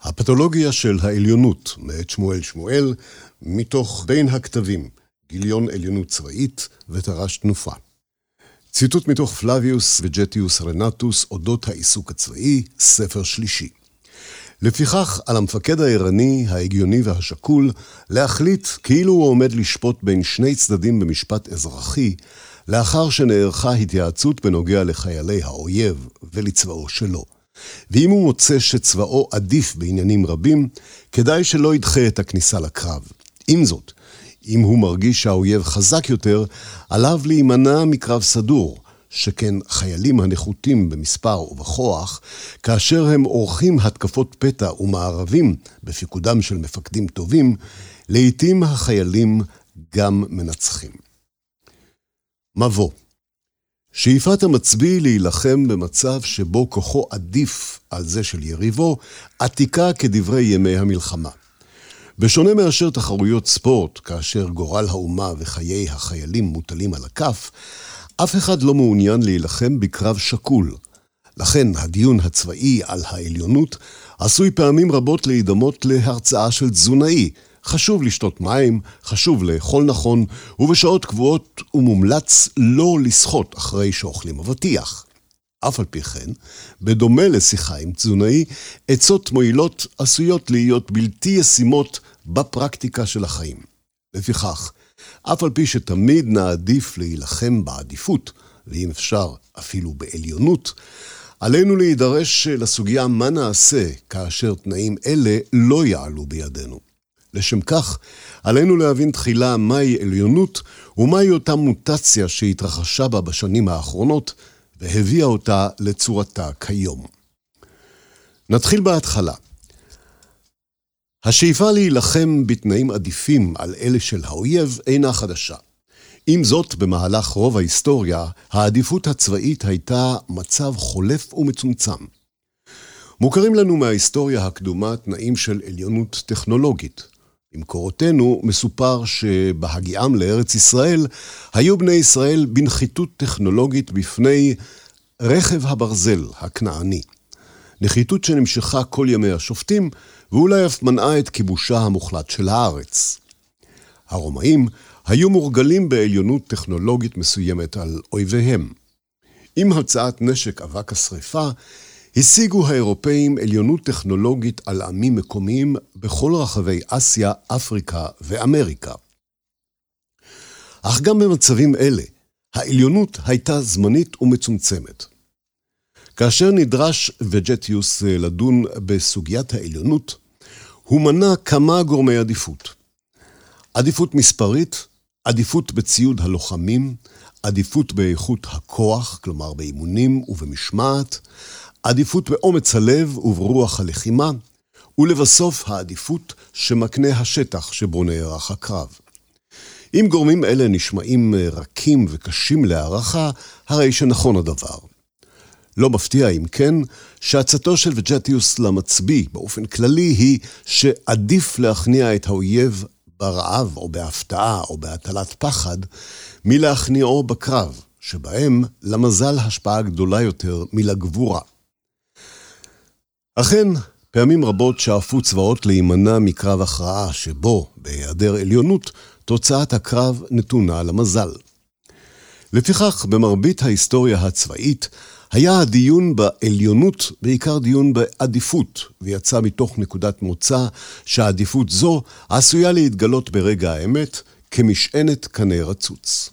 הפתולוגיה של העליונות, מאת שמואל שמואל, מתוך בין הכתבים, גיליון עליונות צבאית ותר"ש תנופה. ציטוט מתוך פלביוס וג'טיוס רנטוס, אודות העיסוק הצבאי, ספר שלישי. לפיכך, על המפקד הערני, ההגיוני והשקול, להחליט כאילו הוא עומד לשפוט בין שני צדדים במשפט אזרחי, לאחר שנערכה התייעצות בנוגע לחיילי האויב ולצבאו שלו. ואם הוא מוצא שצבאו עדיף בעניינים רבים, כדאי שלא ידחה את הכניסה לקרב. עם זאת, אם הוא מרגיש שהאויב חזק יותר, עליו להימנע מקרב סדור, שכן חיילים הנחותים במספר ובכוח, כאשר הם עורכים התקפות פתע ומערבים בפיקודם של מפקדים טובים, לעתים החיילים גם מנצחים. מבוא. שאיפת המצביא להילחם במצב שבו כוחו עדיף על זה של יריבו, עתיקה כדברי ימי המלחמה. בשונה מאשר תחרויות ספורט, כאשר גורל האומה וחיי החיילים מוטלים על הכף, אף אחד לא מעוניין להילחם בקרב שקול. לכן הדיון הצבאי על העליונות עשוי פעמים רבות להידמות להרצאה של תזונאי. חשוב לשתות מים, חשוב לאכול נכון, ובשעות קבועות ומומלץ לא לשחות אחרי שאוכלים אבטיח. אף על פי כן, בדומה לשיחה עם תזונאי, עצות מועילות עשויות להיות בלתי ישימות בפרקטיקה של החיים. לפיכך, אף על פי שתמיד נעדיף להילחם בעדיפות, ואם אפשר אפילו בעליונות, עלינו להידרש לסוגיה מה נעשה כאשר תנאים אלה לא יעלו בידינו. לשם כך, עלינו להבין תחילה מהי עליונות ומהי אותה מוטציה שהתרחשה בה בשנים האחרונות והביאה אותה לצורתה כיום. נתחיל בהתחלה. השאיפה להילחם בתנאים עדיפים על אלה של האויב אינה חדשה. עם זאת, במהלך רוב ההיסטוריה, העדיפות הצבאית הייתה מצב חולף ומצומצם. מוכרים לנו מההיסטוריה הקדומה תנאים של עליונות טכנולוגית. במקורותינו מסופר שבהגיעם לארץ ישראל, היו בני ישראל בנחיתות טכנולוגית בפני רכב הברזל הכנעני. נחיתות שנמשכה כל ימי השופטים, ואולי אף מנעה את כיבושה המוחלט של הארץ. הרומאים היו מורגלים בעליונות טכנולוגית מסוימת על אויביהם. עם המצאת נשק אבק השריפה, השיגו האירופאים עליונות טכנולוגית על עמים מקומיים בכל רחבי אסיה, אפריקה ואמריקה. אך גם במצבים אלה, העליונות הייתה זמנית ומצומצמת. כאשר נדרש וג'טיוס לדון בסוגיית העליונות, הוא מנה כמה גורמי עדיפות. עדיפות מספרית, עדיפות בציוד הלוחמים, עדיפות באיכות הכוח, כלומר באימונים ובמשמעת, עדיפות באומץ הלב וברוח הלחימה, ולבסוף העדיפות שמקנה השטח שבו נערך הקרב. אם גורמים אלה נשמעים רכים וקשים להערכה, הרי שנכון הדבר. לא מפתיע אם כן, שהצעתו של וג'טיוס למצביא באופן כללי היא שעדיף להכניע את האויב ברעב או בהפתעה או בהטלת פחד, מלהכניעו בקרב, שבהם למזל השפעה גדולה יותר מלגבורה. אכן, פעמים רבות שאפו צבאות להימנע מקרב הכרעה שבו, בהיעדר עליונות, תוצאת הקרב נתונה למזל. לפיכך, במרבית ההיסטוריה הצבאית, היה הדיון בעליונות בעיקר דיון בעדיפות, ויצא מתוך נקודת מוצא שהעדיפות זו עשויה להתגלות ברגע האמת כמשענת קנה רצוץ.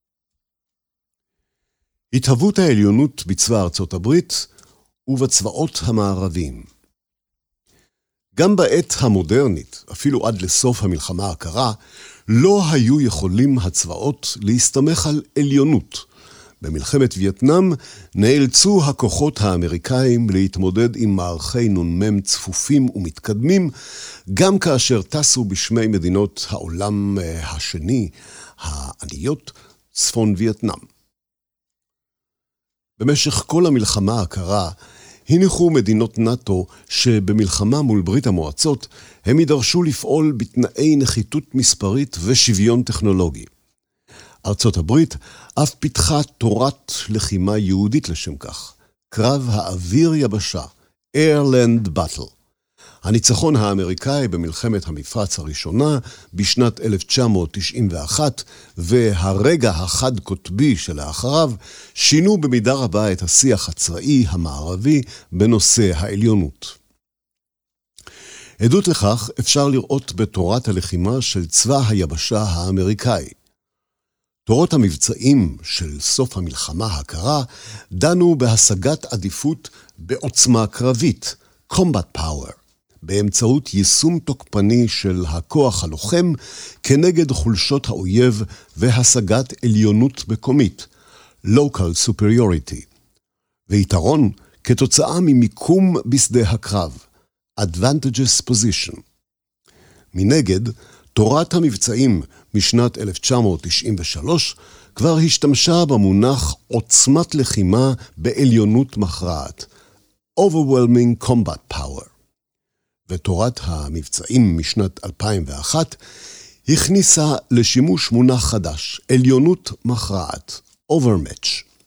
התהוות העליונות בצבא ארצות הברית ובצבאות המערביים. גם בעת המודרנית, אפילו עד לסוף המלחמה הקרה, לא היו יכולים הצבאות להסתמך על עליונות. במלחמת וייטנאם נאלצו הכוחות האמריקאים להתמודד עם מערכי נ"מ צפופים ומתקדמים, גם כאשר טסו בשמי מדינות העולם השני, העניות, צפון וייטנאם. במשך כל המלחמה הקרה, הניחו מדינות נאט"ו שבמלחמה מול ברית המועצות, הם יידרשו לפעול בתנאי נחיתות מספרית ושוויון טכנולוגי. ארצות הברית אף פיתחה תורת לחימה יהודית לשם כך, קרב האוויר יבשה, Air Land Battle. הניצחון האמריקאי במלחמת המפרץ הראשונה בשנת 1991 והרגע החד קוטבי שלאחריו שינו במידה רבה את השיח הצבאי המערבי בנושא העליונות. עדות לכך אפשר לראות בתורת הלחימה של צבא היבשה האמריקאי. תורות המבצעים של סוף המלחמה הקרה דנו בהשגת עדיפות בעוצמה קרבית, combat power, באמצעות יישום תוקפני של הכוח הלוחם כנגד חולשות האויב והשגת עליונות מקומית, local superiority, ויתרון כתוצאה ממיקום בשדה הקרב, advantageous position. מנגד, תורת המבצעים משנת 1993 כבר השתמשה במונח עוצמת לחימה בעליונות מכרעת, overwhelming combat power. ותורת המבצעים משנת 2001 הכניסה לשימוש מונח חדש, עליונות מכרעת, overmatch.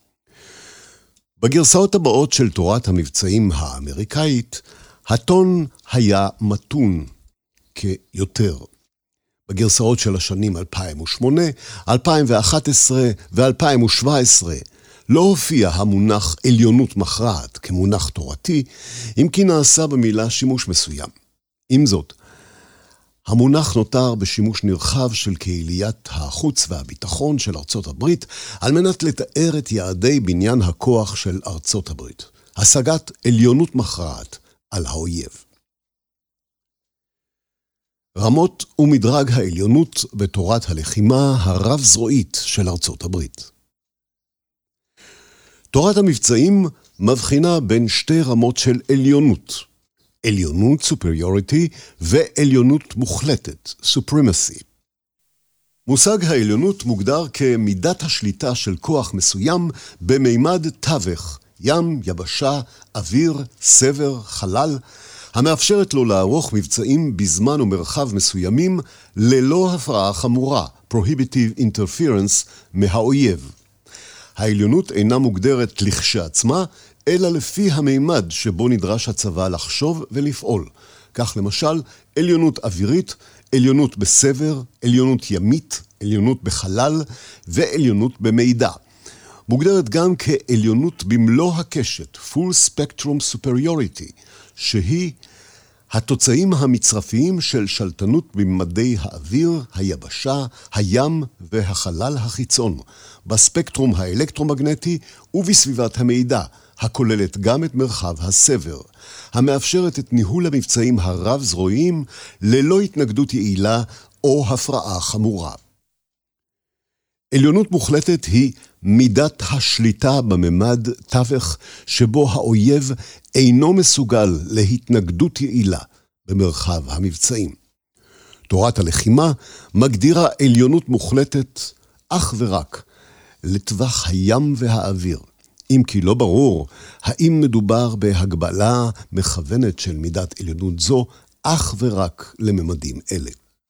בגרסאות הבאות של תורת המבצעים האמריקאית, הטון היה מתון כיותר. בגרסאות של השנים 2008, 2011 ו-2017 לא הופיע המונח עליונות מכרעת כמונח תורתי, אם כי נעשה במילה שימוש מסוים. עם זאת, המונח נותר בשימוש נרחב של קהיליית החוץ והביטחון של ארצות הברית, על מנת לתאר את יעדי בניין הכוח של ארצות הברית, השגת עליונות מכרעת על האויב. רמות ומדרג העליונות בתורת הלחימה הרב-זרועית של ארצות הברית. תורת המבצעים מבחינה בין שתי רמות של עליונות, עליונות superiority ועליונות מוחלטת, supremacy. מושג העליונות מוגדר כמידת השליטה של כוח מסוים במימד תווך, ים, יבשה, אוויר, סבר, חלל, המאפשרת לו לערוך מבצעים בזמן ומרחב מסוימים ללא הפרעה חמורה, prohibitive interference, מהאויב. העליונות אינה מוגדרת לכשעצמה, אלא לפי המימד שבו נדרש הצבא לחשוב ולפעול. כך למשל, עליונות אווירית, עליונות בסבר, עליונות ימית, עליונות בחלל ועליונות במידע. מוגדרת גם כעליונות במלוא הקשת, full spectrum superiority, שהיא התוצאים המצרפיים של שלטנות בממדי האוויר, היבשה, הים והחלל החיצון, בספקטרום האלקטרומגנטי ובסביבת המידע, הכוללת גם את מרחב הסבר, המאפשרת את ניהול המבצעים הרב-זרועיים ללא התנגדות יעילה או הפרעה חמורה. עליונות מוחלטת היא מידת השליטה בממד תווך שבו האויב אינו מסוגל להתנגדות יעילה במרחב המבצעים. תורת הלחימה מגדירה עליונות מוחלטת אך ורק לטווח הים והאוויר, אם כי לא ברור האם מדובר בהגבלה מכוונת של מידת עליונות זו אך ורק לממדים אלה.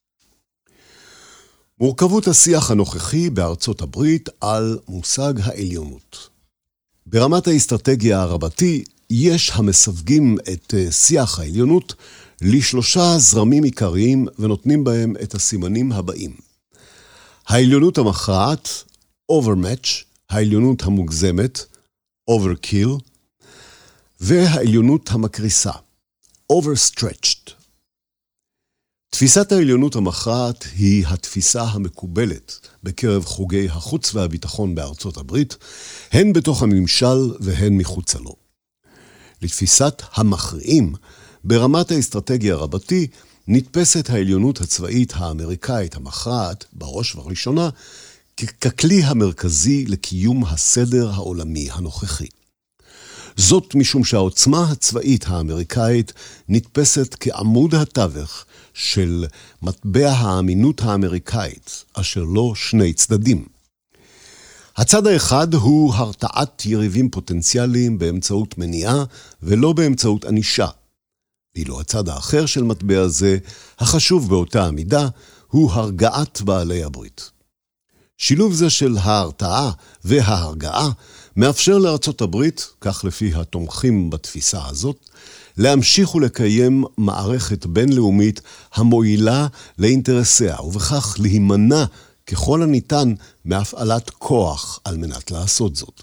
מורכבות השיח הנוכחי בארצות הברית על מושג העליונות. ברמת האסטרטגיה הרבתי יש המסווגים את שיח העליונות לשלושה זרמים עיקריים ונותנים בהם את הסימנים הבאים. העליונות המכרעת, overmatch, העליונות המוגזמת, overkill, והעליונות המקריסה, overstretched. תפיסת העליונות המכרעת היא התפיסה המקובלת בקרב חוגי החוץ והביטחון בארצות הברית, הן בתוך הממשל והן מחוצה לו. לתפיסת המכריעים, ברמת האסטרטגיה הרבתי, נתפסת העליונות הצבאית האמריקאית המכרעת, בראש ובראשונה, ככלי המרכזי לקיום הסדר העולמי הנוכחי. זאת משום שהעוצמה הצבאית האמריקאית נתפסת כעמוד התווך של מטבע האמינות האמריקאית, אשר לו שני צדדים. הצד האחד הוא הרתעת יריבים פוטנציאליים באמצעות מניעה ולא באמצעות ענישה. ואילו הצד האחר של מטבע זה, החשוב באותה המידה, הוא הרגעת בעלי הברית. שילוב זה של ההרתעה וההרגעה מאפשר לארצות הברית, כך לפי התומכים בתפיסה הזאת, להמשיך ולקיים מערכת בינלאומית המועילה לאינטרסיה, ובכך להימנע ככל הניתן מהפעלת כוח על מנת לעשות זאת.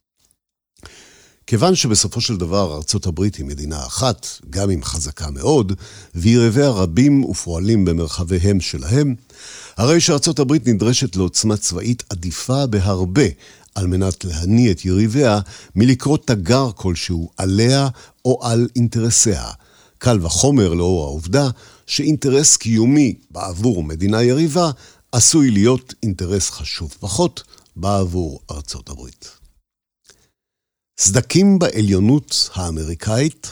כיוון שבסופו של דבר ארצות הברית היא מדינה אחת, גם אם חזקה מאוד, ויריביה רבים ופועלים במרחביהם שלהם, הרי שארצות הברית נדרשת לעוצמה צבאית עדיפה בהרבה, על מנת להניע את יריביה מלקרוא תגר כלשהו עליה או על אינטרסיה. קל וחומר לאור העובדה שאינטרס קיומי בעבור מדינה יריבה עשוי להיות אינטרס חשוב פחות בעבור ארצות הברית. סדקים בעליונות האמריקאית.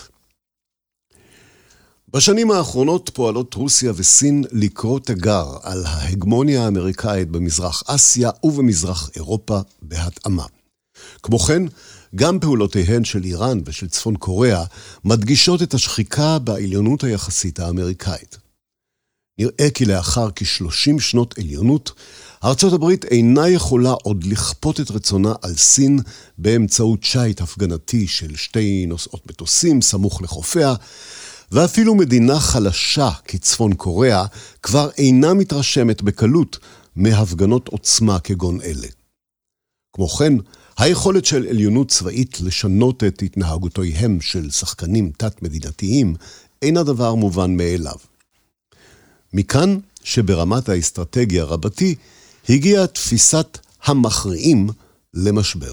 בשנים האחרונות פועלות רוסיה וסין לקרוא תגר על ההגמוניה האמריקאית במזרח אסיה ובמזרח אירופה בהתאמה. כמו כן, גם פעולותיהן של איראן ושל צפון קוריאה מדגישות את השחיקה בעליונות היחסית האמריקאית. נראה כי לאחר כ-30 שנות עליונות, ארצות הברית אינה יכולה עוד לכפות את רצונה על סין באמצעות שייט הפגנתי של שתי נוסעות מטוסים סמוך לחופיה, ואפילו מדינה חלשה כצפון קוריאה כבר אינה מתרשמת בקלות מהפגנות עוצמה כגון אלה. כמו כן, היכולת של עליונות צבאית לשנות את התנהגותיהם של שחקנים תת-מדינתיים אינה דבר מובן מאליו. מכאן שברמת האסטרטגיה רבתי הגיעה תפיסת המכריעים למשבר.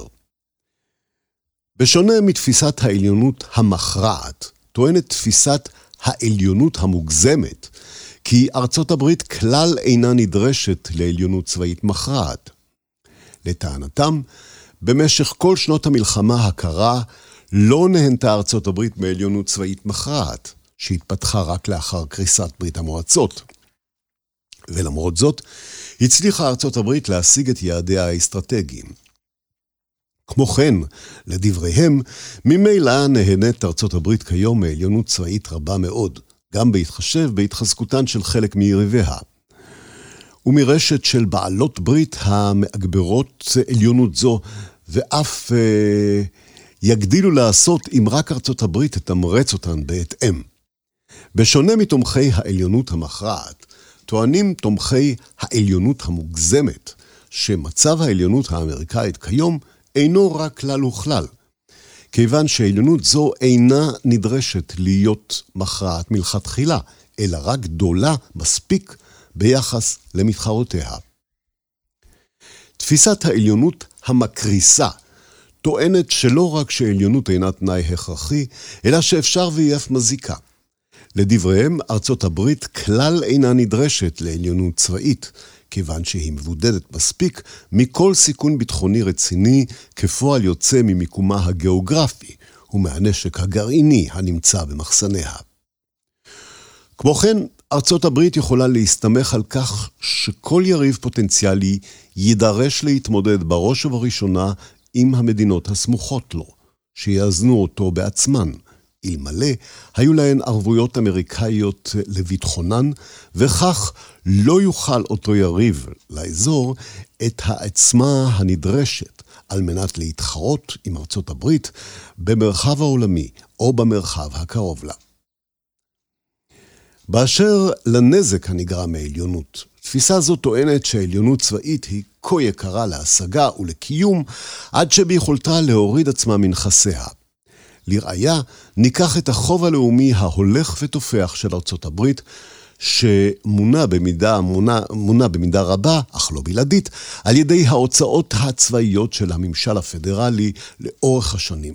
בשונה מתפיסת העליונות המכרעת, טוענת תפיסת העליונות המוגזמת, כי ארצות הברית כלל אינה נדרשת לעליונות צבאית מכרעת. לטענתם, במשך כל שנות המלחמה הקרה, לא נהנתה ארצות הברית מעליונות צבאית מכרעת, שהתפתחה רק לאחר קריסת ברית המועצות. ולמרות זאת, הצליחה ארצות הברית להשיג את יעדיה האסטרטגיים. כמו כן, לדבריהם, ממילא נהנית ארצות הברית כיום מעליונות צבאית רבה מאוד, גם בהתחשב בהתחזקותן של חלק מיריביה. ומרשת של בעלות ברית המאגברות עליונות זו, ואף יגדילו לעשות אם רק ארצות הברית תתמרץ אותן בהתאם. בשונה מתומכי העליונות המכרעת, טוענים תומכי העליונות המוגזמת, שמצב העליונות האמריקאית כיום אינו רק כלל וכלל, כיוון שהעליונות זו אינה נדרשת להיות מכרעת מלכתחילה, אלא רק גדולה מספיק ביחס למתחרותיה. תפיסת העליונות המקריסה טוענת שלא רק שעליונות אינה תנאי הכרחי, אלא שאפשר והיא אף מזיקה. לדבריהם, ארצות הברית כלל אינה נדרשת לעליונות צבאית, כיוון שהיא מבודדת מספיק מכל סיכון ביטחוני רציני כפועל יוצא ממיקומה הגיאוגרפי ומהנשק הגרעיני הנמצא במחסניה. כמו כן, ארצות הברית יכולה להסתמך על כך שכל יריב פוטנציאלי יידרש להתמודד בראש ובראשונה עם המדינות הסמוכות לו, שיאזנו אותו בעצמן, אלמלא היו להן ערבויות אמריקאיות לביטחונן, וכך לא יוכל אותו יריב לאזור את העצמה הנדרשת על מנת להתחרות עם ארצות הברית במרחב העולמי או במרחב הקרוב לה. באשר לנזק הנגרם מעליונות, תפיסה זו טוענת שהעליונות צבאית היא כה יקרה להשגה ולקיום עד שביכולתה להוריד עצמה מנכסיה. לראיה, ניקח את החוב הלאומי ההולך ותופח של ארצות הברית, שמונה במידה רבה, אך לא בלעדית, על ידי ההוצאות הצבאיות של הממשל הפדרלי לאורך השנים.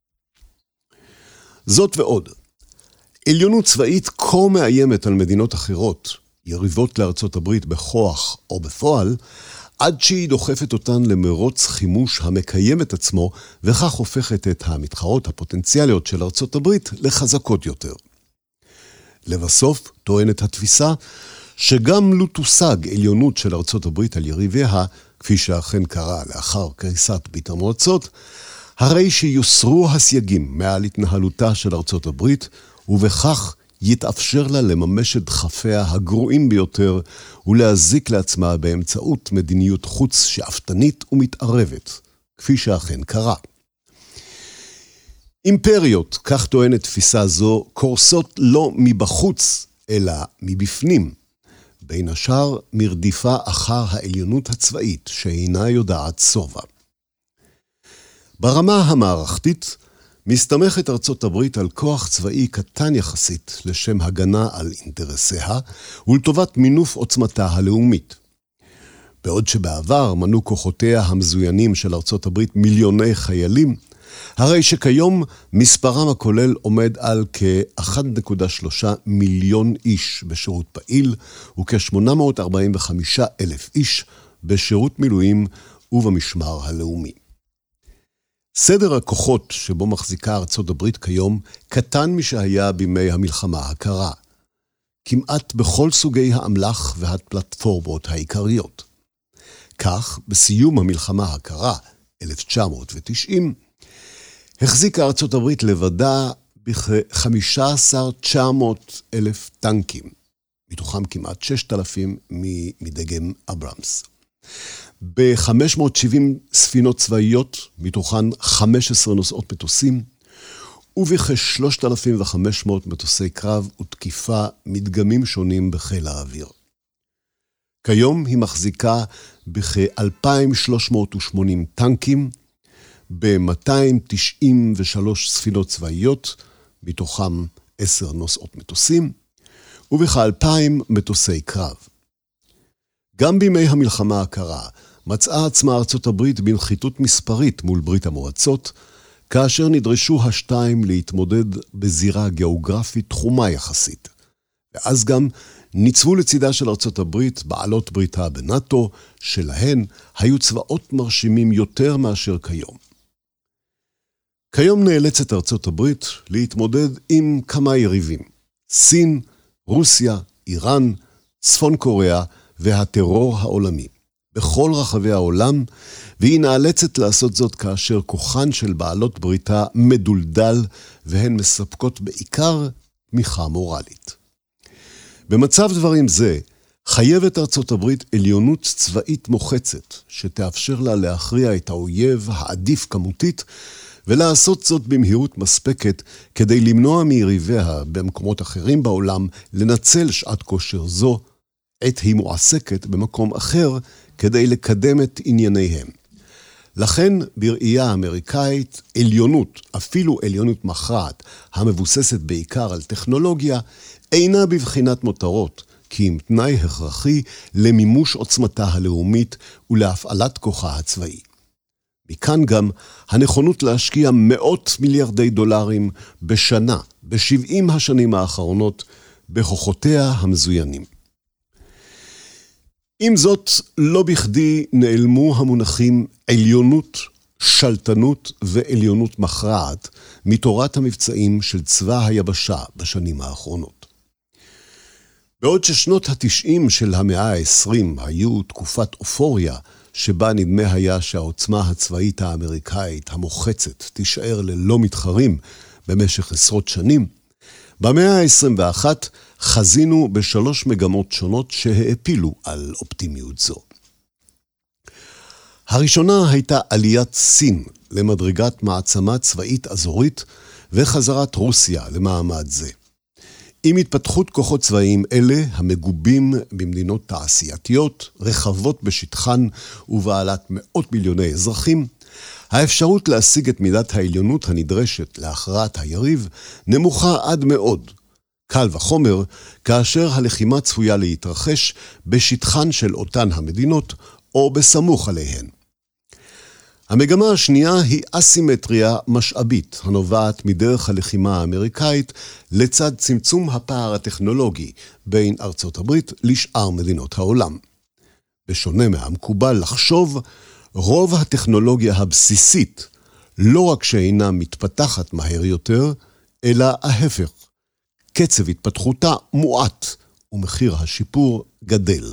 זאת ועוד, עליונות צבאית כה מאיימת על מדינות אחרות, יריבות לארצות הברית בכוח או בפועל, עד שהיא דוחפת אותן למרוץ חימוש המקיים את עצמו, וכך הופכת את המתחרות הפוטנציאליות של ארצות הברית לחזקות יותר. לבסוף, טוענת התפיסה, שגם לא תושג עליונות של ארצות הברית על יריביה, כפי שאכן קרה לאחר קריסת ברית המועצות, הרי שיוסרו הסייגים מעל התנהלותה של ארצות הברית, ובכך יתאפשר לה לממש את דחפיה הגרועים ביותר ולהזיק לעצמה באמצעות מדיניות חוץ שאפתנית ומתערבת, כפי שאכן קרה. אימפריות, כך טוענת תפיסה זו, קורסות לא מבחוץ, אלא מבפנים. בין השאר מרדיפה אחר העליונות הצבאית, שאינה יודעת שובע. ברמה המערכתית, מסתמכת ארצות הברית על כוח צבאי קטן יחסית לשם הגנה על אינטרסיה ולטובת מינוף עוצמתה הלאומית. בעוד שבעבר מנו כוחותיה המזוינים של ארצות הברית מיליוני חיילים, הרי שכיום מספרם הכולל עומד על כ-1.3 מיליון איש בשירות פעיל וכ-845,000 איש בשירות מילואים ובמשמר הלאומי. סדר הכוחות שבו מחזיקה ארצות הברית כיום קטן משהיה בימי המלחמה הקרה, כמעט בכל סוגי האמל"ח והפלטפורמות העיקריות. כך, בסיום המלחמה הקרה, 1990, החזיקה ארצות הברית לבדה בכ-15,900 טנקים, מתוכם כמעט 6,000 מדגם אברמס. ב-570 ספינות צבאיות, מתוכן 15 נושאות מטוסים, ובכ-3,500 מטוסי קרב ותקיפה מדגמים שונים בחיל האוויר. כיום היא מחזיקה בכ-2,380 טנקים, ב-293 ספינות צבאיות, מתוכם 10 נושאות מטוסים, ובכ-2,000 מטוסי קרב. גם בימי המלחמה הקרה, מצאה עצמה ארצות הברית בנחיתות מספרית מול ברית המועצות, כאשר נדרשו השתיים להתמודד בזירה גיאוגרפית תחומה יחסית. ואז גם ניצבו לצידה של ארצות הברית בעלות בריתה בנאטו, שלהן היו צבאות מרשימים יותר מאשר כיום. כיום נאלצת ארצות הברית להתמודד עם כמה יריבים, סין, רוסיה, איראן, צפון קוריאה והטרור העולמי, בכל רחבי העולם, והיא נאלצת לעשות זאת כאשר כוחן של בעלות בריתה מדולדל, והן מספקות בעיקר תמיכה מורלית. במצב דברים זה, חייבת ארצות הברית עליונות צבאית מוחצת, שתאפשר לה להכריע את האויב העדיף כמותית, ולעשות זאת במהירות מספקת כדי למנוע מיריביה במקומות אחרים בעולם לנצל שעת כושר זו, עת היא מועסקת במקום אחר כדי לקדם את ענייניהם. לכן בראייה האמריקאית עליונות, אפילו עליונות מכרעת, המבוססת בעיקר על טכנולוגיה, אינה בבחינת מותרות, כי אם תנאי הכרחי למימוש עוצמתה הלאומית ולהפעלת כוחה הצבאי. מכאן גם הנכונות להשקיע מאות מיליארדי דולרים בשנה, ב-70 השנים האחרונות, בכוחותיה המזוינים. עם זאת, לא בכדי נעלמו המונחים עליונות, שלטנות ועליונות מכרעת מתורת המבצעים של צבא היבשה בשנים האחרונות. בעוד ששנות ה-90 של המאה ה-20 היו תקופת אופוריה, שבה נדמה היה שהעוצמה הצבאית האמריקאית המוחצת תישאר ללא מתחרים במשך עשרות שנים, במאה ה-21 חזינו בשלוש מגמות שונות שהעפילו על אופטימיות זו. הראשונה הייתה עליית סין למדרגת מעצמה צבאית אזורית וחזרת רוסיה למעמד זה. עם התפתחות כוחות צבאיים אלה, המגובים במדינות תעשייתיות, רחבות בשטחן ובעלת מאות מיליוני אזרחים, האפשרות להשיג את מידת העליונות הנדרשת להכרעת היריב נמוכה עד מאוד. קל וחומר, כאשר הלחימה צפויה להתרחש בשטחן של אותן המדינות או בסמוך עליהן. המגמה השנייה היא אסימטריה משאבית, הנובעת מדרך הלחימה האמריקאית לצד צמצום הפער הטכנולוגי בין ארצות הברית לשאר מדינות העולם. בשונה מהמקובל לחשוב, רוב הטכנולוגיה הבסיסית לא רק שאינה מתפתחת מהר יותר, אלא ההפך. קצב התפתחותה מועט ומחיר השיפור גדל.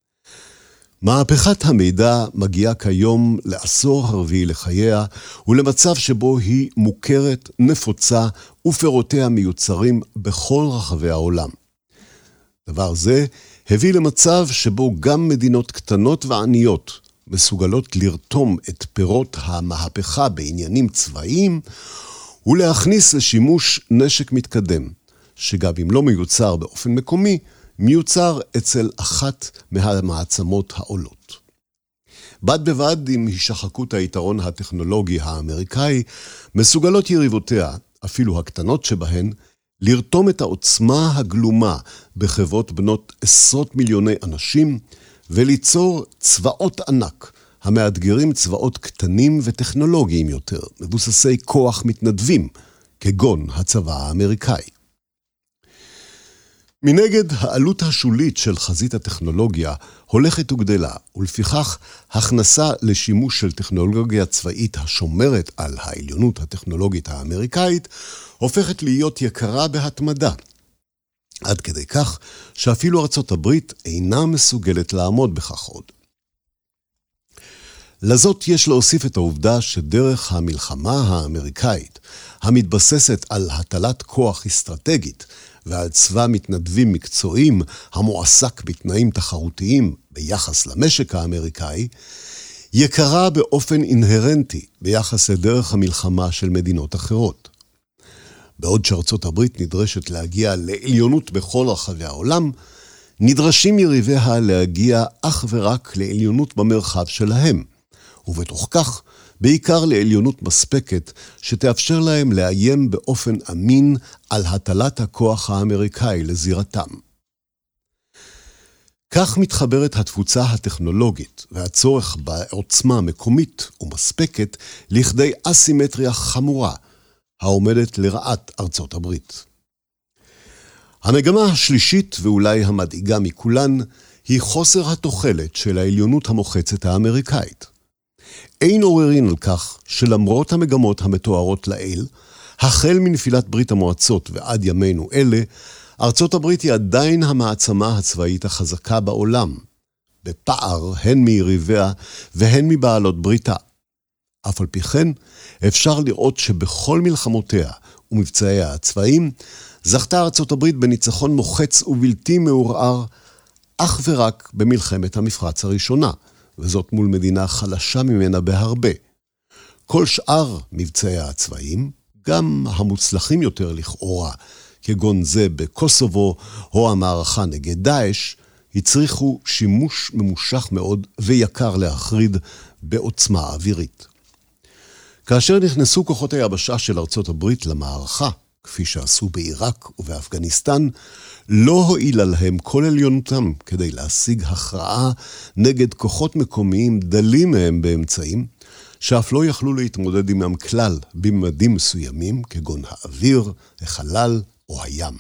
מהפכת המידע מגיעה כיום לעשור הרביעי לחייה, ולמצב שבו היא מוכרת, נפוצה, ופירותיה מיוצרים בכל רחבי העולם. דבר זה הביא למצב שבו גם מדינות קטנות ועניות מסוגלות לרתום את פירות המהפכה בעניינים צבאיים, ולהכניס לשימוש נשק מתקדם, שגם אם לא מיוצר באופן מקומי, מיוצר אצל אחת מהמעצמות העולות. בד בבד עם השחקות היתרון הטכנולוגי האמריקאי, מסוגלות יריבותיה, אפילו הקטנות שבהן, לרתום את העוצמה הגלומה בחברות בנות עשרות מיליוני אנשים, וליצור צבאות ענק, המאתגרים צבאות קטנים וטכנולוגיים יותר, מבוססי כוח מתנדבים, כגון הצבא האמריקאי. מנגד, העלות השולית של חזית הטכנולוגיה הולכת וגדלה, ולפיכך הכנסה לשימוש של טכנולוגיה צבאית השומרת על העליונות הטכנולוגית האמריקאית, הופכת להיות יקרה בהתמדה. עד כדי כך שאפילו ארצות הברית אינה מסוגלת לעמוד בכך עוד. לזאת יש להוסיף את העובדה שדרך המלחמה האמריקאית, המתבססת על הטלת כוח אסטרטגית ועל צבא מתנדבים מקצועיים המועסק בתנאים תחרותיים ביחס למשק האמריקאי, יקרה באופן אינהרנטי ביחס לדרך המלחמה של מדינות אחרות. בעוד שארצות הברית נדרשת להגיע לעליונות בכל רחבי העולם, נדרשים יריביה להגיע אך ורק לעליונות במרחב שלהם, ובתוך כך בעיקר לעליונות מספקת שתאפשר להם לאיים באופן אמין על הטלת הכוח האמריקאי לזירתם. כך מתחברת התפוצה הטכנולוגית והצורך בעוצמה מקומית ומספקת לכדי אסימטריה חמורה, העומדת לרעת ארצות הברית. המגמה השלישית ואולי המדאיגה מכולן היא חוסר התוחלת של העליונות המוחצת האמריקאית. אין עוררין על כך שלמרות המגמות המתוארות לעיל, החל מנפילת ברית המועצות ועד ימינו אלה, ארצות הברית היא עדיין המעצמה הצבאית החזקה בעולם, בפער הן מיריביה והן מבעלות בריתה. אף על פי כן, אפשר לראות שבכל מלחמותיה ומבצעיה הצבאיים, זכתה ארצות הברית בניצחון מוחץ ובלתי מעורער, אך ורק במלחמת המפרץ הראשונה, וזאת מול מדינה חלשה ממנה בהרבה. כל שאר מבצעיה הצבאיים, גם המוצלחים יותר לכאורה, כגון זה בקוסובו או המערכה נגד דאעש, הצריכו שימוש ממושך מאוד ויקר להחריד בעוצמה אווירית. כאשר נכנסו כוחות היבשה של ארצות הברית למערכה, כפי שעשו בעיראק ובאפגניסטן, לא הועילה להם כל עליונותם כדי להשיג הכרעה נגד כוחות מקומיים דלים מהם באמצעים, שאף לא יכלו להתמודד עמם כלל בממדים מסוימים, כגון האוויר, החלל או הים.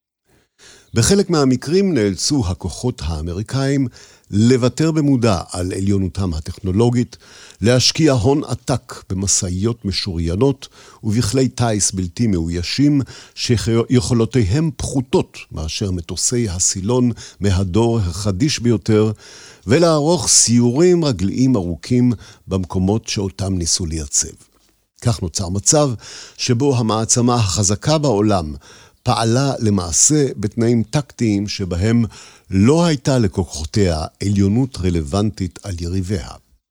בחלק מהמקרים נאלצו הכוחות האמריקאים לוותר במודע על עליונותם הטכנולוגית, להשקיע הון עתק במסעיות משוריינות ובכלי טייס בלתי מאוישים שיכולותיהם פחותות מאשר מטוסי הסילון מהדור החדיש ביותר, ולערוך סיורים רגליים ארוכים במקומות שאותם ניסו לייצב. כך נוצר מצב שבו המעצמה החזקה בעולם פעלה למעשה בתנאים טקטיים שבהם לא הייתה לכוחותיה עליונות רלוונטית על יריביה.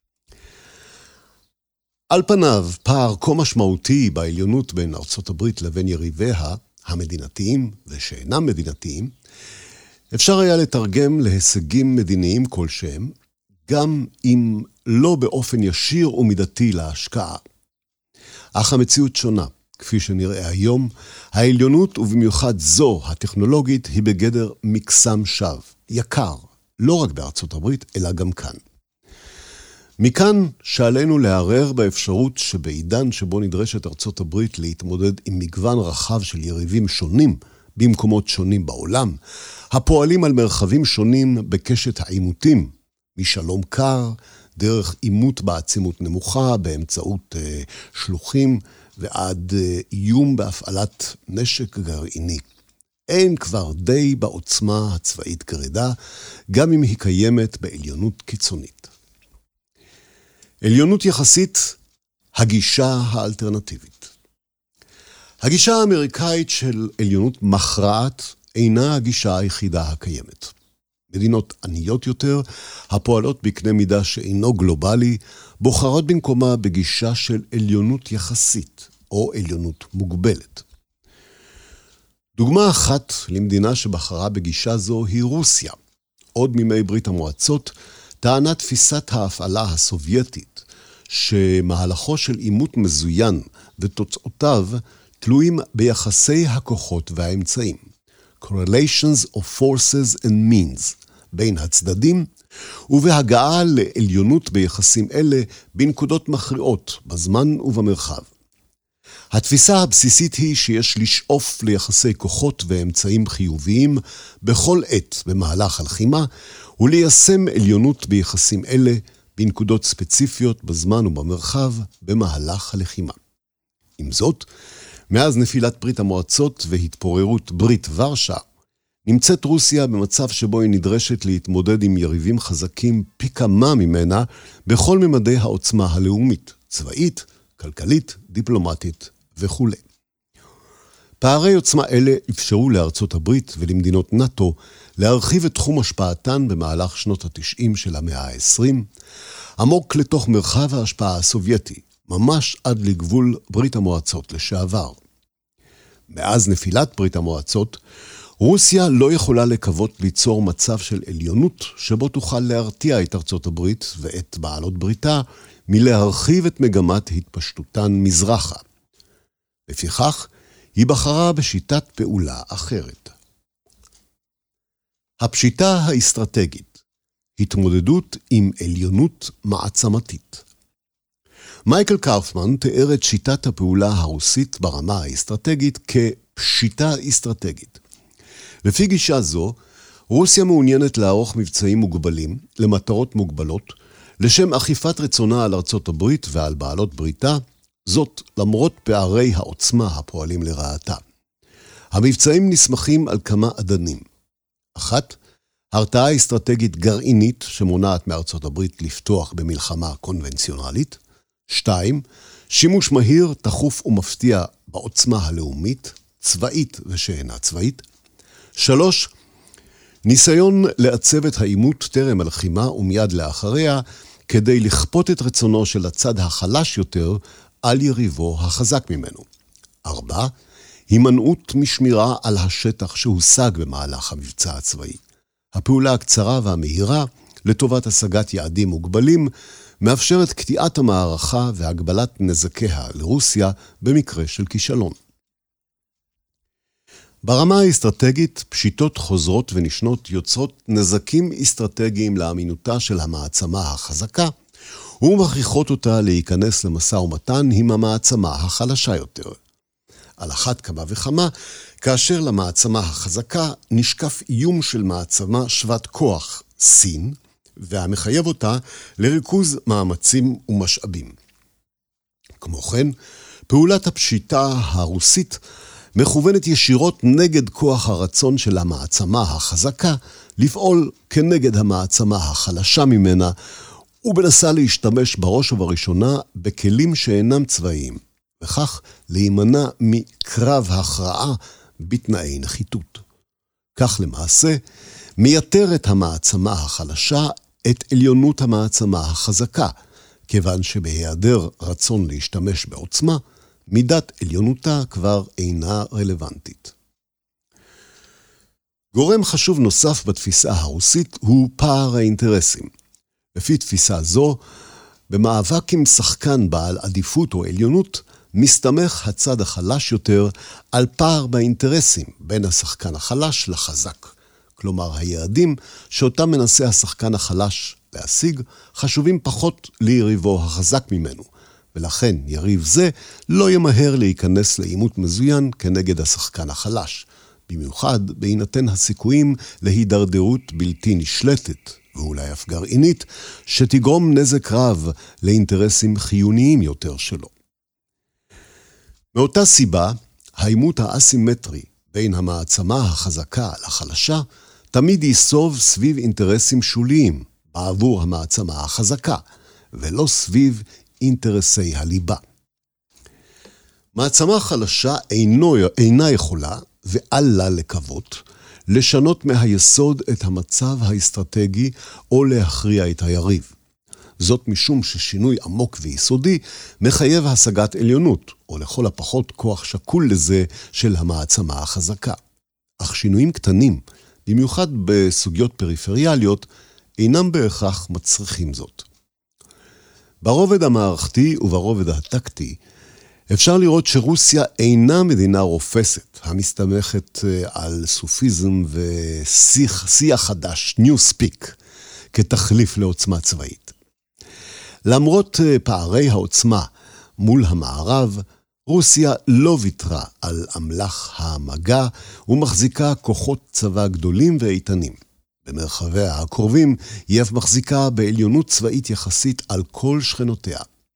על פניו, פער כה משמעותי בעליונות בין ארצות הברית לבין יריביה, המדינתיים ושאינם מדינתיים, אפשר היה לתרגם להישגים מדיניים כלשהם, גם אם לא באופן ישיר ומידתי להשקעה. אך המציאות שונה. כפי שנראה היום, העליונות ובמיוחד זו הטכנולוגית היא בגדר מקסם שווא, יקר, לא רק בארצות הברית, אלא גם כאן. מכאן שעלינו לערער באפשרות שבעידן שבו נדרשת ארצות הברית להתמודד עם מגוון רחב של יריבים שונים במקומות שונים בעולם, הפועלים על מרחבים שונים בקשת העימותים, משלום קר, דרך עימות בעצימות נמוכה באמצעות שלוחים, ועד איום בהפעלת נשק גרעיני. אין כבר די בעוצמה הצבאית גרידה, גם אם היא קיימת בעליונות קיצונית. עליונות יחסית, הגישה האלטרנטיבית. הגישה האמריקאית של עליונות מכרעת אינה הגישה היחידה הקיימת. מדינות עניות יותר, הפועלות בקנה מידה שאינו גלובלי, בוחרות במקומה בגישה של עליונות יחסית, או עליונות מוגבלת. דוגמה אחת למדינה שבחרה בגישה זו היא רוסיה. עוד מימי ברית המועצות טענה תפיסת ההפעלה הסובייטית שמהלכו של עימות מזוין ותוצאותיו תלויים ביחסי הכוחות והאמצעים. Correlations of forces and means בין הצדדים ובהגעה לעליונות ביחסים אלה בנקודות מכריעות בזמן ובמרחב. התפיסה הבסיסית היא שיש לשאוף ליחסי כוחות ואמצעים חיוביים בכל עת במהלך הלחימה, וליישם עליונות ביחסים אלה בנקודות ספציפיות בזמן ובמרחב במהלך הלחימה. עם זאת, מאז נפילת ברית המועצות והתפוררות ברית ורשה, נמצאת רוסיה במצב שבו היא נדרשת להתמודד עם יריבים חזקים פי כמה ממנה בכל ממדי העוצמה הלאומית, צבאית, כלכלית, דיפלומטית וכו'. פערי עוצמה אלה אפשרו לארצות הברית ולמדינות נאט"ו להרחיב את תחום השפעתן במהלך שנות ה-90 של המאה ה-20, עמוק לתוך מרחב ההשפעה הסובייטי, ממש עד לגבול ברית המועצות לשעבר. מאז נפילת ברית המועצות, רוסיה לא יכולה לקוות ליצור מצב של עליונות שבו תוכל להרתיע את ארצות הברית ואת בעלות בריתה מלהרחיב את מגמת התפשטותן מזרחה. לפיכך, היא בחרה בשיטת פעולה אחרת. הפשיטה האסטרטגית, התמודדות עם עליונות מעצמתית. מייקל קאופמן תיאר את שיטת הפעולה הרוסית ברמה האסטרטגית כפשיטה אסטרטגית. לפי גישה זו, רוסיה מעוניינת לערוך מבצעים מוגבלים למטרות מוגבלות, לשם אכיפת רצונה על ארצות הברית ועל בעלות בריתה, זאת למרות פערי העוצמה הפועלים לרעתה. המבצעים נסמכים על כמה עדנים. 1. הרתעה אסטרטגית גרעינית שמונעת מארצות הברית לפתוח במלחמה קונבנציונלית. 2. שימוש מהיר, תחוף ומפתיע בעוצמה הלאומית, צבאית ושאינה צבאית. 3. ניסיון לעצב את העימות טרם הלחימה ומיד לאחריה, כדי לכפות את רצונו של הצד החלש יותר על יריבו החזק ממנו. 4. הימנעות משמירה על השטח שהושג במהלך המבצע הצבאי. הפעולה הקצרה והמהירה, לטובת השגת יעדים מוגבלים, מאפשרת קטיעת המערכה והגבלת נזקיה לרוסיה במקרה של כישלון. ברמה האסטרטגית, פשיטות חוזרות ונשנות יוצרות נזקים אסטרטגיים לאמינותה של המעצמה החזקה, ומכריחות אותה להיכנס למשא ומתן עם המעצמה החלשה יותר. על אחת כמה וכמה, כאשר למעצמה החזקה נשקף איום של מעצמה שוות כוח, סין, והמחייב אותה לריכוז מאמצים ומשאבים. כמו כן, פעולת הפשיטה הרוסית מכוונת ישירות נגד כוח הרצון של המעצמה החזקה לפעול כנגד המעצמה החלשה ממנה, ובנסה להשתמש בראש ובראשונה בכלים שאינם צבאיים, וכך להימנע מקרב הכרעה בתנאי נחיתות. כך למעשה מייתרת המעצמה החלשה את עליונות המעצמה החזקה, כיוון שבהיעדר רצון להשתמש בעוצמה, מידת עליונותה כבר אינה רלוונטית. גורם חשוב נוסף בתפיסה הרוסית הוא פער האינטרסים. לפי תפיסה זו, במאבק עם שחקן בעל עדיפות או עליונות, מסתמך הצד החלש יותר על פער באינטרסים בין השחקן החלש לחזק. כלומר, היעדים שאותם מנסה השחקן החלש להשיג, חשובים פחות ליריבו החזק ממנו, ולכן יריב זה לא ימהר להיכנס לעימות מזוין כנגד השחקן החלש, במיוחד בהינתן הסיכויים להידרדרות בלתי נשלטת, ואולי אף גרעינית, שתגרום נזק רב לאינטרסים חיוניים יותר שלו. מאותה סיבה, העימות האסימטרי בין המעצמה החזקה לחלשה, תמיד יסוב סביב אינטרסים שוליים בעבור המעצמה החזקה, ולא סביב אינטרסי הליבה. מעצמה חלשה אינה יכולה, ואל לה לקוות, לשנות מהיסוד את המצב האסטרטגי או להכריע את היריב. זאת משום ששינוי עמוק ויסודי מחייב השגת עליונות, או לכל הפחות כוח שקול לזה של המעצמה החזקה. אך שינויים קטנים, במיוחד בסוגיות פריפריאליות, אינם בהכרח מצריכים זאת. ברובד המערכתי וברובד הטקטי, אפשר לראות שרוסיה אינה מדינה רופסת, המסתמכת על סופיזם ושיח חדש, ניו ספיק, כתחליף לעוצמה צבאית. למרות פערי העוצמה מול המערב, רוסיה לא ויתרה על אמל"ח המגע ומחזיקה כוחות צבא גדולים ואיתנים. במרחביה הקרובים היא אף מחזיקה בעליונות צבאית יחסית על כל שכנותיה.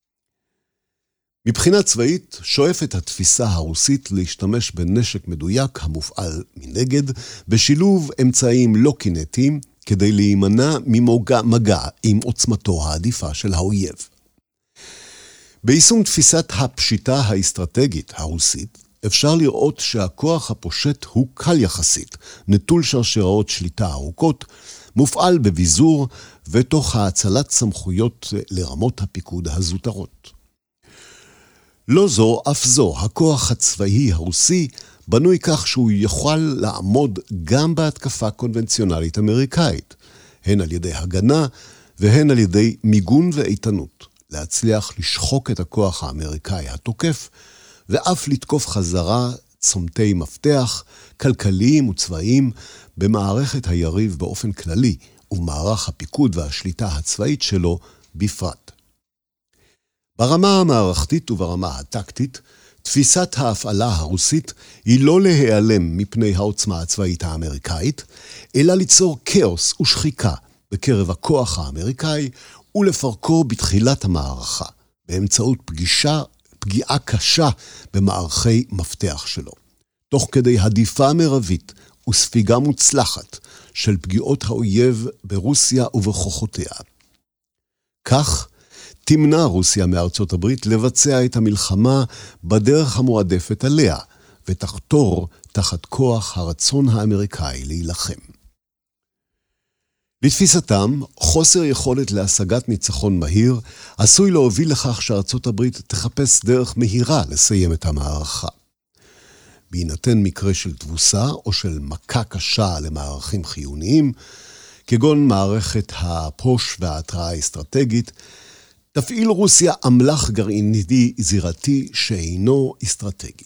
מבחינה צבאית שואפת התפיסה הרוסית להשתמש בנשק מדויק המופעל מנגד, בשילוב אמצעים לא קינטיים, כדי להימנע ממגע עם עוצמתו העדיפה של האויב. ביישום תפיסת הפשיטה האסטרטגית הרוסית, אפשר לראות שהכוח הפושט הוא קל יחסית, נטול שרשראות שליטה ארוכות, מופעל בביזור ותוך האצלת סמכויות לרמות הפיקוד הזוטרות. לא זו אף זו, הכוח הצבאי הרוסי בנוי כך שהוא יוכל לעמוד גם בהתקפה קונבנציונלית אמריקאית, הן על ידי הגנה והן על ידי מיגון ואיתנות, להצליח לשחוק את הכוח האמריקאי התוקף, ואף לתקוף חזרה צומתי מפתח, כלכליים וצבאיים, במערכת היריב באופן כללי, ובמערך הפיקוד והשליטה הצבאית שלו בפרט. ברמה המערכתית וברמה הטקטית, תפיסת ההפעלה הרוסית היא לא להיעלם מפני העוצמה הצבאית האמריקאית, אלא ליצור כאוס ושחיקה בקרב הכוח האמריקאי, ולפרקו בתחילת המערכה, באמצעות פגיעה קשה במערכי מפתח שלו, תוך כדי הדיפה מרבית וספיגה מוצלחת של פגיעות האויב ברוסיה ובכוחותיה. כך תמנע רוסיה מארצות הברית לבצע את המלחמה בדרך המועדפת עליה, ותחתור תחת כוח הרצון האמריקאי להילחם. לתפיסתם, חוסר יכולת להשגת ניצחון מהיר עשוי להוביל לכך שארצות הברית תחפש דרך מהירה לסיים את המערכה. בהינתן מקרה של תבוסה או של מכה קשה למערכים חיוניים, כגון מערכת הפוש וההתראה האסטרטגית, תפעיל רוסיה אמל"ח גרעיני זירתי שאינו אסטרטגי.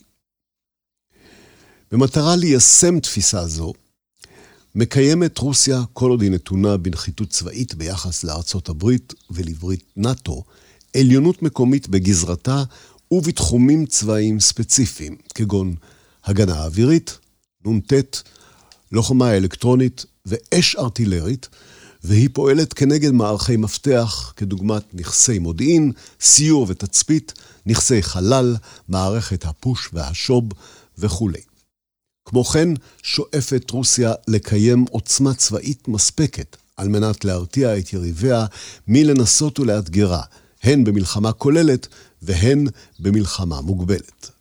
במטרה ליישם תפיסה זו, מקיימת רוסיה, כל עוד היא נתונה בנחיתות צבאית ביחס לארצות הברית ולברית נאטו, עליונות מקומית בגזרתה ובתחומים צבאיים ספציפיים, כגון הגנה אווירית, נ"ט, לוחמה אלקטרונית ואש ארטילרית, והיא פועלת כנגד מערכי מפתח, כדוגמת נכסי מודיעין, סיור ותצפית, נכסי חלל, מערכת הפוש והשוב וכו'. כמו כן, שואפת רוסיה לקיים עוצמה צבאית מספקת, על מנת להרתיע את יריביה מלנסות ולאתגרה, הן במלחמה כוללת והן במלחמה מוגבלת.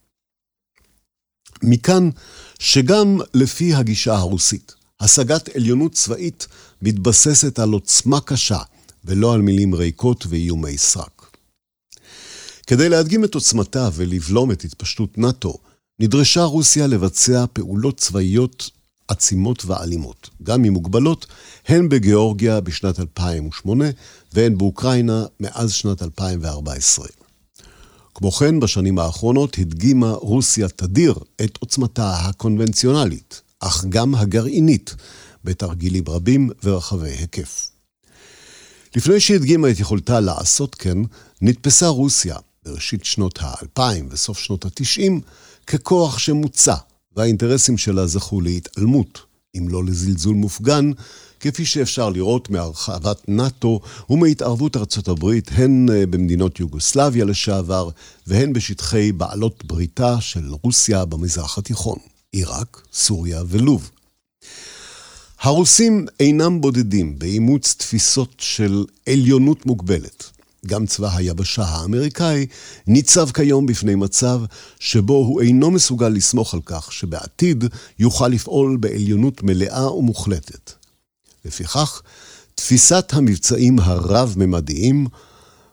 מכאן שגם לפי הגישה הרוסית, השגת עליונות צבאית מתבססת על עוצמה קשה, ולא על מילים ריקות ואיומי סרק. כדי להדגים את עוצמתה ולבלום את התפשטות נאטו, נדרשה רוסיה לבצע פעולות צבאיות עצימות ואלימות, גם אם מוגבלות, הן בגיאורגיה בשנת 2008 והן באוקראינה מאז שנת 2014. כמו כן, בשנים האחרונות הדגימה רוסיה תדיר את עוצמתה הקונבנציונלית, אך גם הגרעינית, בתרגילים רבים ורחבי היקף. לפני שהדגימה את יכולתה לעשות כן, נתפסה רוסיה בראשית שנות ה-2000 וסוף שנות ה-90 ככוח שמוצא, והאינטרסים שלה זכו להתעלמות, אם לא לזלזול מופגן, כפי שאפשר לראות מהרחבת נאטו ומהתערבות ארצות הברית, הן במדינות יוגוסלביה לשעבר, והן בשטחי בעלות בריתה של רוסיה במזרח התיכון, עיראק, סוריה ולוב. הרוסים אינם בודדים באימוץ תפיסות של עליונות מוגבלת. גם צבא היבשה האמריקאי ניצב כיום בפני מצב שבו הוא אינו מסוגל לסמוך על כך שבעתיד יוכל לפעול בעליונות מלאה ומוחלטת. לפיכך, תפיסת המבצעים הרב-ממדיים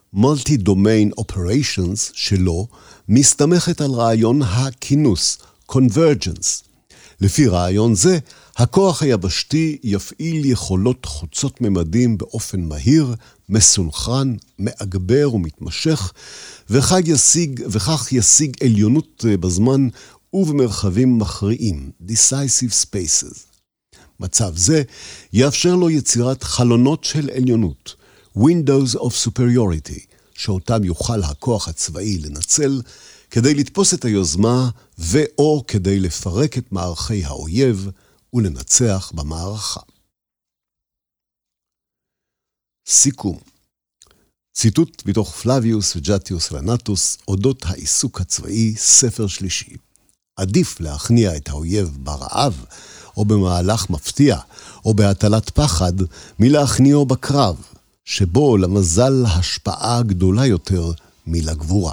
Multi-Domain Operations שלו מסתמכת על רעיון הכינוס, Convergence. לפי רעיון זה, הכוח היבשתי יפעיל יכולות חוצות ממדים באופן מהיר, מסונכרן, מאגבר ומתמשך, וכך ישיג עליונות בזמן ובמרחבים מכריעים, decisive spaces. מצב זה יאפשר לו יצירת חלונות של עליונות, windows of superiority, שאותם יוכל הכוח הצבאי לנצל כדי לתפוס את היוזמה ואו כדי לפרק את מערכי האויב ולנצח במערכה. סיכום. ציטוט מתוך פלביוס וג'טיוס רנטוס אודות העיסוק הצבאי, ספר שלישי. עדיף להכניע את האויב ברעב או במהלך מפתיע או בהטלת פחד מלהכניעו בקרב, שבו למזל השפעה גדולה יותר מלגבורה.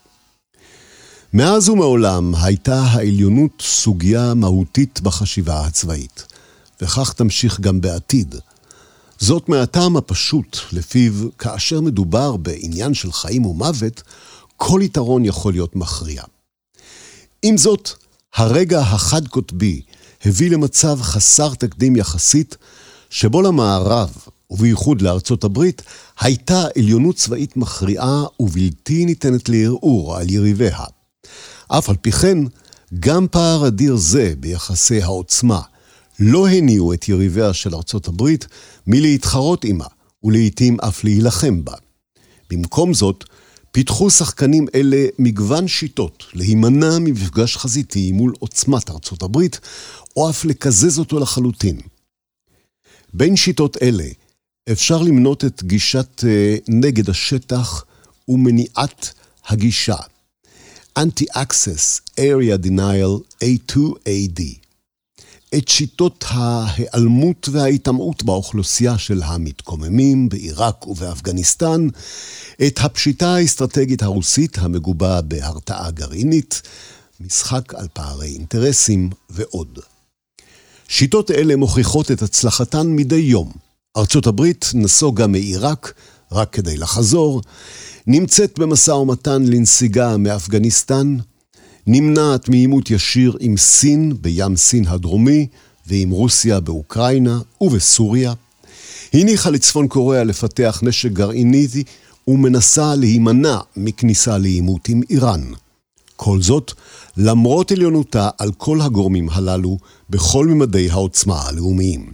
מאז ומעולם הייתה העליונות סוגיה מהותית בחשיבה הצבאית, וכך תמשיך גם בעתיד. זאת מהטעם הפשוט, לפיו כאשר מדובר בעניין של חיים ומוות, כל יתרון יכול להיות מכריע. עם זאת, הרגע החד קוטבי הביא למצב חסר תקדים יחסית, שבו למערב, ובייחוד לארצות הברית, הייתה עליונות צבאית מכריעה ובלתי ניתנת לערעור על יריביה. אף על פי כן, גם פער אדיר זה ביחסי העוצמה לא הניעו את יריביה של ארצות הברית מלהתחרות עמה ולעיתים אף להילחם בה. במקום זאת, פיתחו שחקנים אלה מגוון שיטות להימנע ממפגש חזיתי מול עוצמת ארצות הברית או אף לקזז אותו לחלוטין. בין שיטות אלה אפשר למנות את גישת נגד השטח ומניעת הגישה, Anti-Access Area Denial A2AD. את שיטות ההיעלמות וההתאמעות באוכלוסייה של המתקוממים בעיראק ובאפגניסטן, את הפשיטה האסטרטגית הרוסית המגובה בהרתעה גרעינית, משחק על פערי אינטרסים ועוד. שיטות אלה מוכיחות את הצלחתן מדי יום. ארצות הברית נסוגה מעיראק רק כדי לחזור, נמצאת במשא ומתן לנסיגה מאפגניסטן, נמנעת מעימות ישיר עם סין בים סין הדרומי ועם רוסיה באוקראינה ובסוריה, הניחה לצפון קוריאה לפתח נשק גרעיני ומנסה להימנע מכניסה לעימות עם איראן. כל זאת למרות עליונותה על כל הגורמים הללו בכל ממדי העוצמה הלאומיים.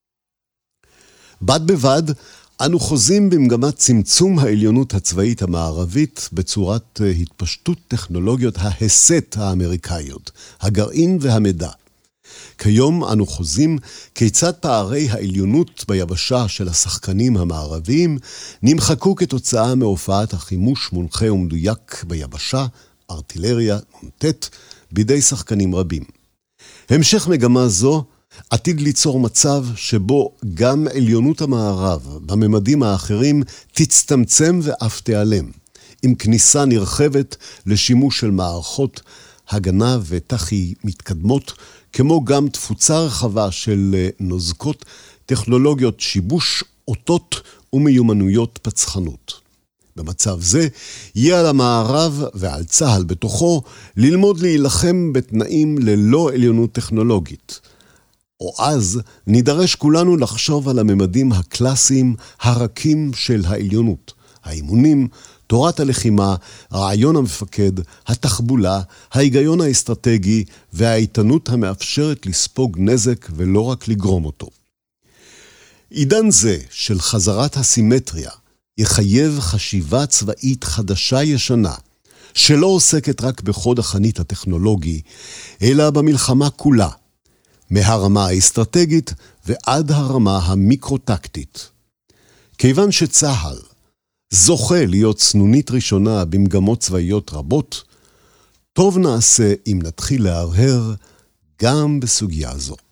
בד בבד, אנו חוזים במגמת צמצום העליונות הצבאית המערבית בצורת התפשטות טכנולוגיות ההסת האמריקאיות, הגרעין והמידע. כיום אנו חוזים כיצד פערי העליונות ביבשה של השחקנים המערביים נמחקו כתוצאה מהופעת החימוש מונחה ומדויק ביבשה, ארטילריה, נ"ט, בידי שחקנים רבים. המשך מגמה זו עתיד ליצור מצב שבו גם עליונות המערב בממדים האחרים תצטמצם ואף תיעלם, עם כניסה נרחבת לשימוש של מערכות הגנה ותחי מתקדמות, כמו גם תפוצה רחבה של נוזקות, טכנולוגיות שיבוש, אותות ומיומנויות פצחנות. במצב זה יהיה על המערב ועל צה"ל בתוכו ללמוד להילחם בתנאים ללא עליונות טכנולוגית. או אז נידרש כולנו לחשוב על הממדים הקלאסיים הרכים של העליונות, האימונים, תורת הלחימה, רעיון המפקד, התחבולה, ההיגיון האסטרטגי והאיתנות המאפשרת לספוג נזק ולא רק לגרום אותו. עידן זה של חזרת הסימטריה יחייב חשיבה צבאית חדשה ישנה, שלא עוסקת רק בחוד החנית הטכנולוגי, אלא במלחמה כולה, מהרמה האסטרטגית ועד הרמה המיקרו-טקטית. כיוון שצה"ל זוכה להיות סנונית ראשונה במגמות צבאיות רבות, טוב נעשה אם נתחיל להרהר גם בסוגיה זו.